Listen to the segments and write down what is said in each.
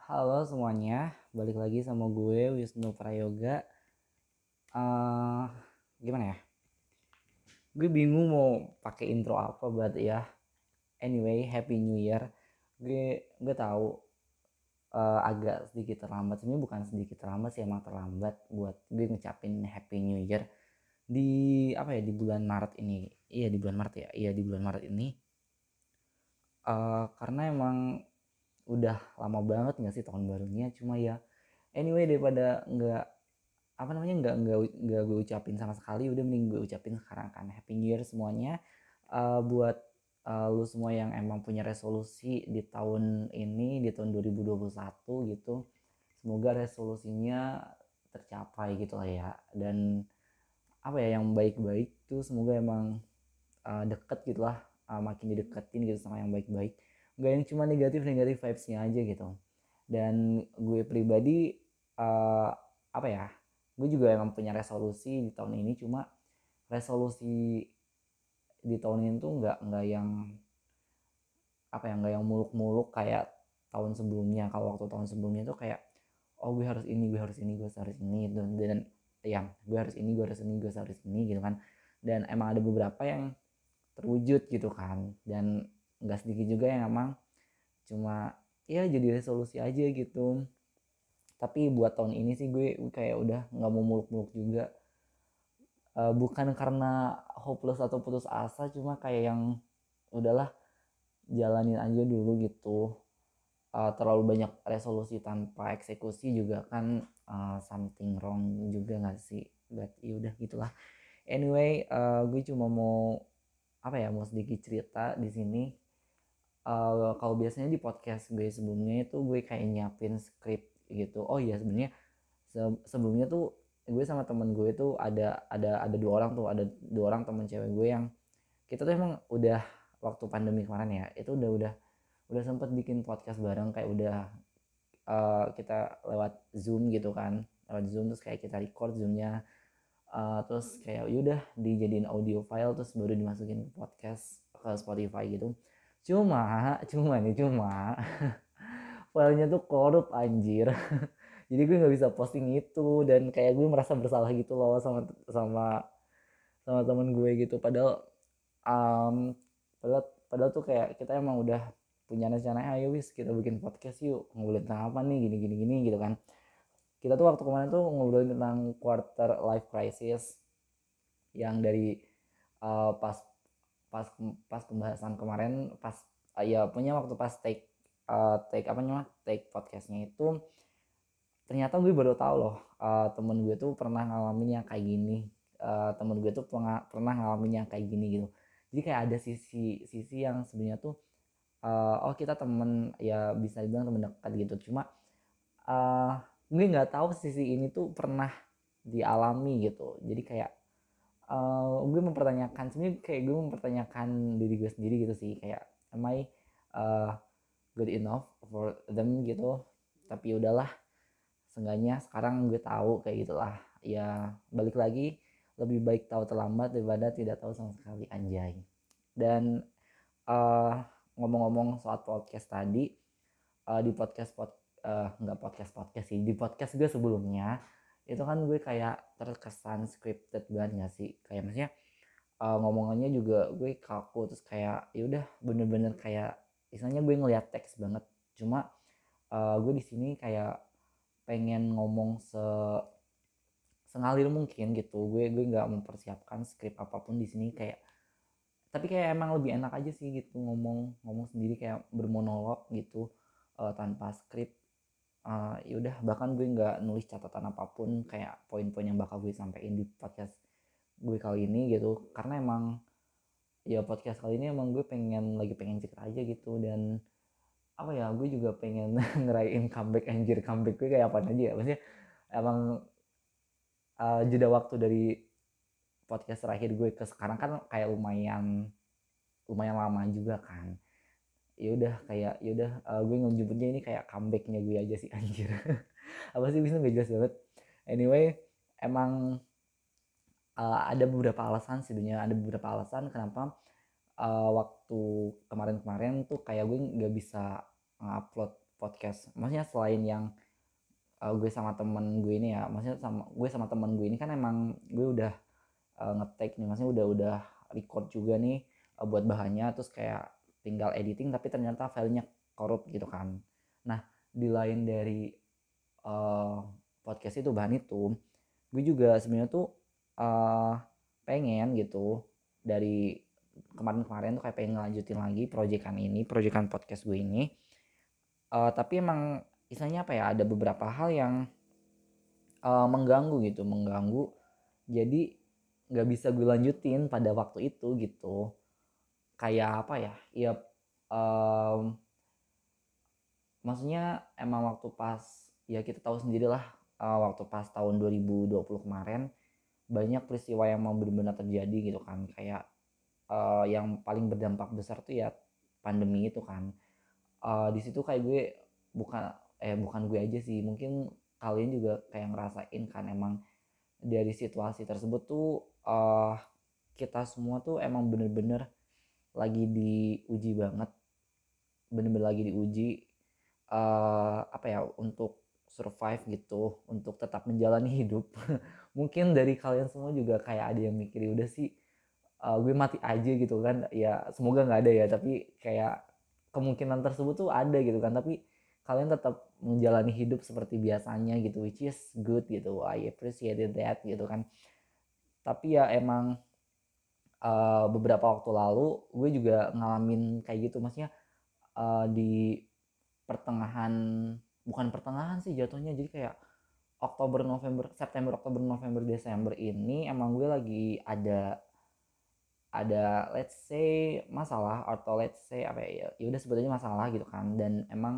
Halo semuanya, balik lagi sama gue Wisnu Prayoga. Eh Gimana ya? Gue bingung mau pakai intro apa buat ya. Anyway, Happy New Year. Gue tahu agak sedikit terlambat. Sebenarnya bukan sedikit terlambat sih, emang terlambat buat gue ngucapin Happy New Year di di bulan Maret ini. Iya di bulan Maret ya. Iya di bulan Maret ini. Karena emang udah lama banget nggak sih tahun barunya. Cuma ya anyway daripada nggak nggak gue ucapin sama sekali, udah mending gue ucapin sekarang kan. Happy New Year semuanya. Buat lu semua yang emang punya resolusi di tahun ini, di tahun 2021 gitu, semoga resolusinya tercapai gitu lah ya. Dan yang baik-baik tuh semoga emang deket gitu lah, makin dideketin gitu sama yang baik-baik, nggak yang cuma negatif vibesnya aja gitu. Dan gue pribadi, uh, apa ya gue juga emang punya resolusi di tahun ini, cuma resolusi di tahun ini tuh nggak yang muluk-muluk kayak tahun sebelumnya. Kalau waktu tahun sebelumnya tuh kayak, oh gue harus ini, gue harus ini, gue harus ini, dan yang gue harus ini, gue harus ini, gue harus ini gitu kan. Dan emang ada beberapa yang terwujud gitu kan, dan nggak sedikit juga yang emang cuma ya jadi resolusi aja gitu. Tapi buat tahun ini sih gue kayak udah nggak mau muluk-muluk juga. Bukan karena hopeless atau putus asa, cuma kayak yang udahlah, jalanin aja dulu gitu. Terlalu banyak resolusi tanpa eksekusi juga kan, something wrong juga nggak sih. But ya udah gitulah. Anyway, gue cuma mau mau sedikit cerita di sini. Kalau biasanya di podcast gue sebelumnya itu gue kayak nyiapin skrip gitu. Oh iya, sebenarnya sebelumnya tuh gue sama temen gue tuh ada dua orang tuh, ada dua orang temen cewek gue yang kita tuh emang udah, waktu pandemi kemarin ya, itu udah sempet bikin podcast bareng. Kayak udah, kita lewat Zoom gitu kan, lewat Zoom terus kayak kita record Zoomnya, terus kayak yaudah dijadiin audio file terus baru dimasukin ke podcast, ke Spotify gitu. Cuma filenya tuh korup anjir. Jadi gue nggak bisa posting itu, dan kayak gue merasa bersalah gitu loh sama sama sama temen gue gitu. Padahal, um, padahal tuh kayak kita emang udah punya rencana, ayo wis kita bikin podcast yuk, ngobrolin tentang apa nih, gini gini gini gitu kan. Kita tuh waktu kemarin tuh ngobrolin tentang quarter life crisis, yang dari, pas pas pas pembahasan kemarin, pas ya punya waktu pas take apa namanya, take podcastnya itu, ternyata gue baru tahu loh, temen gue tuh pernah ngalamin yang kayak gini. Temen gue tuh pernah ngalamin yang kayak gini gitu. Jadi kayak ada sisi sisi yang sebenarnya tuh, oh kita temen ya, bisa dibilang temen dekat gitu. Cuma, uh, gue nggak tahu sisi ini tuh pernah dialami gitu. Jadi kayak, gue mempertanyakan, sebenarnya kayak gue mempertanyakan diri gue sendiri gitu sih, kayak am I, uh, good enough for them gitu. Tapi udahlah, seenggaknya sekarang gue tahu kayak gitulah. Ya balik lagi, lebih baik tahu terlambat daripada tidak tahu sama sekali, anjay. Dan, uh, ngomong-ngomong soal podcast tadi, di nggak podcast podcast sih, di podcast gue sebelumnya itu kan gue kayak terkesan scripted banget gak sih, kayak maksudnya, ngomongannya juga gue kaku, terus kayak ya udah bener-bener kayak misalnya gue ngeliat teks banget. Cuma, gue di sini kayak pengen ngomong sengalir mungkin gitu. Gue nggak mempersiapkan skrip apapun di sini, kayak tapi kayak emang lebih enak aja sih gitu, ngomong ngomong sendiri kayak bermonolog gitu, tanpa skrip. Ya udah, bahkan gue nggak nulis catatan apapun, kayak poin-poin yang bakal gue sampaikan di podcast gue kali ini gitu. Karena emang ya podcast kali ini emang gue pengen cerita aja gitu. Dan gue juga pengen ngerayain comeback, anjir, comeback gue kayak apa aja ya, maksudnya emang, jeda waktu dari podcast terakhir gue ke sekarang kan kayak lumayan lumayan lama juga kan. Ya udah kayak ya udah, gue nyebutnya ini kayak comebacknya gue aja sih, anjir. Apa sih, bisa nggak jelas banget. Anyway, emang, ada beberapa alasan sebenarnya, ada beberapa alasan kenapa, waktu kemarin-kemarin tuh kayak gue nggak bisa ngupload podcast, maksudnya selain yang gue sama temen gue ini ya, maksudnya sama temen gue ini kan emang gue udah nge-take nih, maksudnya udah record juga nih buat bahannya, terus kayak tinggal editing tapi ternyata filenya korup gitu kan. Nah, di lain dari uh, podcast itu, bahan itu, gue juga sebenarnya tuh uh, pengen gitu dari kemarin-kemarin tuh kayak pengen ngelanjutin lagi proyekan podcast gue ini. Tapi emang istilahnya apa ya, ada beberapa hal yang mengganggu, jadi nggak bisa gue lanjutin pada waktu itu gitu. Kayak apa ya, ya um, maksudnya emang waktu pas, ya kita tahu sendirilah, waktu pas tahun 2020 kemarin banyak peristiwa yang mau benar-benar terjadi gitu kan, kayak yang paling berdampak besar tuh ya pandemi itu kan. Di situ kayak gue, bukan bukan gue aja sih, mungkin kalian juga kayak ngerasain kan, emang dari situasi tersebut tuh kita semua tuh emang bener-bener lagi diuji banget, bener-bener lagi diuji apa ya, untuk survive gitu, untuk tetap menjalani hidup. Mungkin dari kalian semua juga kayak ada yang mikir, udah sih gue mati aja gitu kan, ya semoga nggak ada ya, tapi kayak kemungkinan tersebut tuh ada gitu kan, tapi kalian tetap menjalani hidup seperti biasanya gitu, which is good gitu, I appreciated that gitu kan. Tapi ya emang beberapa waktu lalu gue juga ngalamin kayak gitu, maksudnya di pertengahan, bukan pertengahan sih jatuhnya, jadi kayak Oktober November September Oktober November Desember ini emang gue lagi ada let's say masalah, atau let's say apa ya, ya udah sebetulnya masalah gitu kan. Dan emang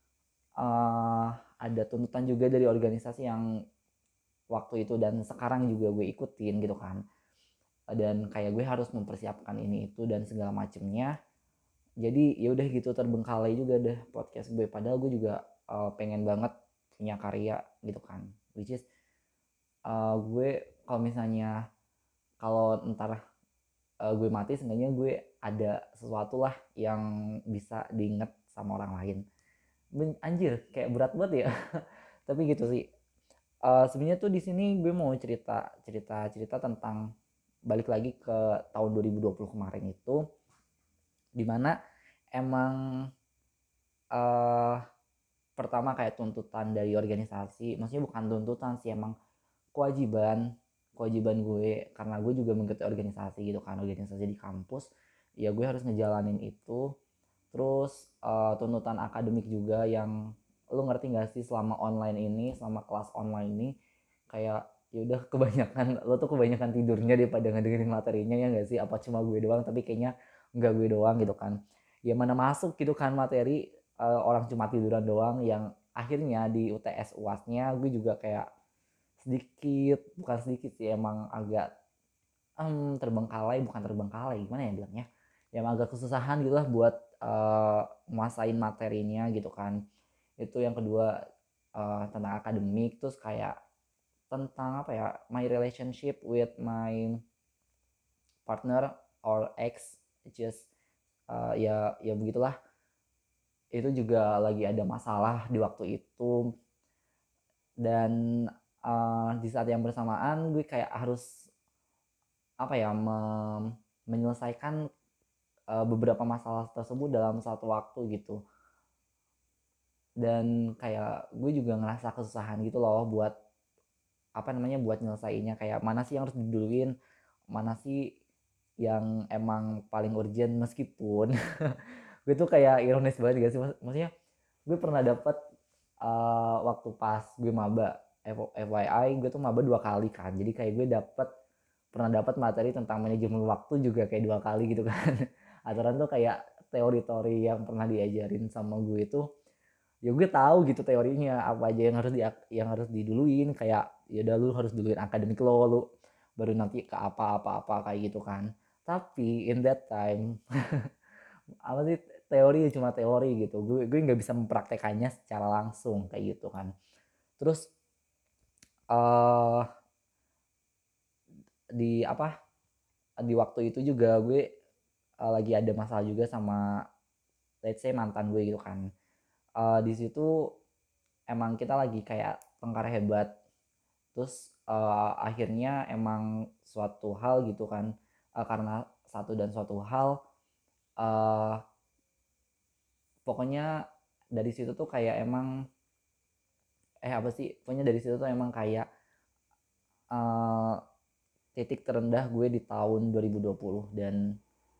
ada tuntutan juga dari organisasi yang waktu itu dan sekarang juga gue ikutin gitu kan, dan kayak gue harus mempersiapkan ini itu dan segala macemnya. Jadi ya udah gitu, terbengkalai juga deh podcast gue, padahal gue juga pengen banget punya karya gitu kan, which is gue kalau misalnya, kalau ntar gue mati, seenggaknya gue ada sesuatu lah yang bisa diinget sama orang lain. Anjir kayak berat banget ya. Tapi gitu sih. Sebenarnya tuh di sini gue mau cerita tentang, balik lagi ke tahun 2020 kemarin itu, dimana emang uh, pertama kayak tuntutan dari organisasi, maksudnya bukan tuntutan sih, emang kewajiban kewajiban gue, karena gue juga mengikuti organisasi gitu kan, organisasi di kampus, ya gue harus ngejalanin itu. Terus tuntutan akademik juga, yang lu ngerti gak sih, selama online ini, selama kelas online ini, kayak ya udah kebanyakan lo tuh kebanyakan tidurnya daripada ngedengerin materinya, ya gak sih? Apa cuma gue doang? Tapi kayaknya nggak gue doang gitu kan. Ya mana masuk gitu kan materi, orang cuma tiduran doang, yang akhirnya di UTS UASnya gue juga kayak sedikit, bukan sedikit sih, emang agak terbengkalai, bukan terbengkalai, gimana ya bilangnya, ya emang agak kesusahan gitu lah buat nguasain materinya gitu kan. Itu yang kedua, tentang akademik. Terus kayak tentang apa ya, my relationship with my partner or ex, just ya begitulah. Itu juga lagi ada masalah di waktu itu. Dan di saat yang bersamaan gue kayak harus apa ya, menyelesaikan beberapa masalah tersebut dalam satu waktu gitu. Dan kayak gue juga ngerasa kesusahan gitu loh buat apa namanya, buat nyelesainnya, kayak mana sih yang harus diduluin, mana sih yang emang paling urgent. Meskipun gue tuh kayak ironis banget gak sih, maksudnya gue pernah dapat waktu pas gue maba, FYI gue tuh maba 2 kali kan, jadi kayak gue pernah dapat materi tentang manajemen waktu juga kayak 2 kali gitu kan. Aturan tuh kayak teori-teori yang pernah diajarin sama gue itu, ya gue tahu gitu teorinya apa aja yang harus diduluin, kayak ya udah lu harus duluin akademik lo, lu baru nanti ke apa kayak gitu kan. Tapi in that time apa sih, teori cuma teori gitu, gue nggak bisa mempraktekannya secara langsung kayak gitu kan. Terus uh, di apa, di waktu itu juga gue lagi ada masalah juga sama let's say mantan gue gitu kan. Di situ emang kita lagi kayak tengkar hebat, terus akhirnya emang suatu hal gitu kan, karena satu dan suatu hal, uh, pokoknya dari situ tuh kayak emang apa sih, pokoknya dari situ tuh emang kayak uh, titik terendah gue di tahun 2020, dan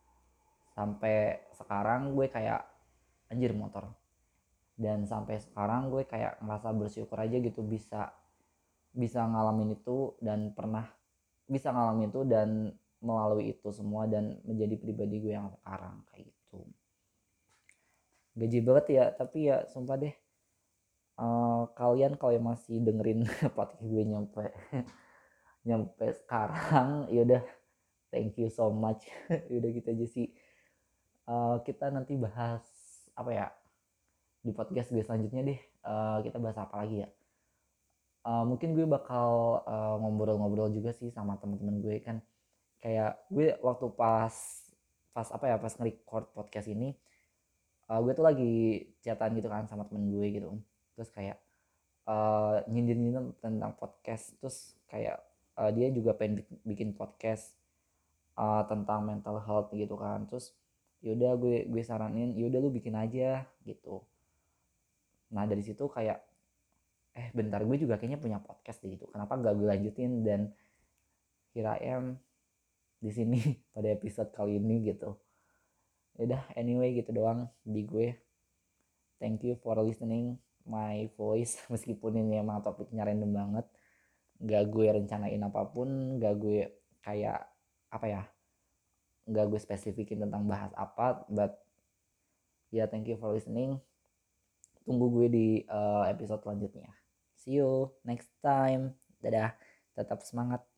sampai sekarang gue kayak anjir motor, dan sampai sekarang gue kayak merasa bersyukur aja gitu bisa bisa ngalamin itu, dan pernah bisa ngalamin itu dan melalui itu semua dan menjadi pribadi gue yang sekarang kayak gitu. Gaji banget ya, tapi ya sumpah deh, kalian kalau yang masih dengerin podcast gue nyampe nyampe sekarang ya udah, thank you so much. Udah gitu aja sih. Kita nanti bahas apa ya di podcast gue selanjutnya deh. Kita bahas apa lagi ya? Mungkin gue bakal ngobrol-ngobrol juga sih sama teman-teman gue kan. Kayak gue waktu pas pas apa ya pas nge-record podcast ini, gue tuh lagi chatan gitu kan sama temen gue gitu. Terus kayak nyindir-nyindir tentang podcast, terus kayak dia juga pengen bikin podcast tentang mental health gitu kan. Terus yaudah gue saranin yaudah lu bikin aja gitu. Nah dari situ kayak bentar gue juga kayaknya punya podcast gitu, kenapa gak gue lanjutin, dan here I am di sini pada episode kali ini gitu. Udah anyway gitu doang di gue. Thank you for listening my voice meskipun ini emang topiknya random banget, gak gue rencanain apapun, gak gue kayak apa ya, gak gue spesifikin tentang bahas apa, but ya thank you for listening. Tunggu gue di episode selanjutnya. See you next time. Dadah, tetap semangat.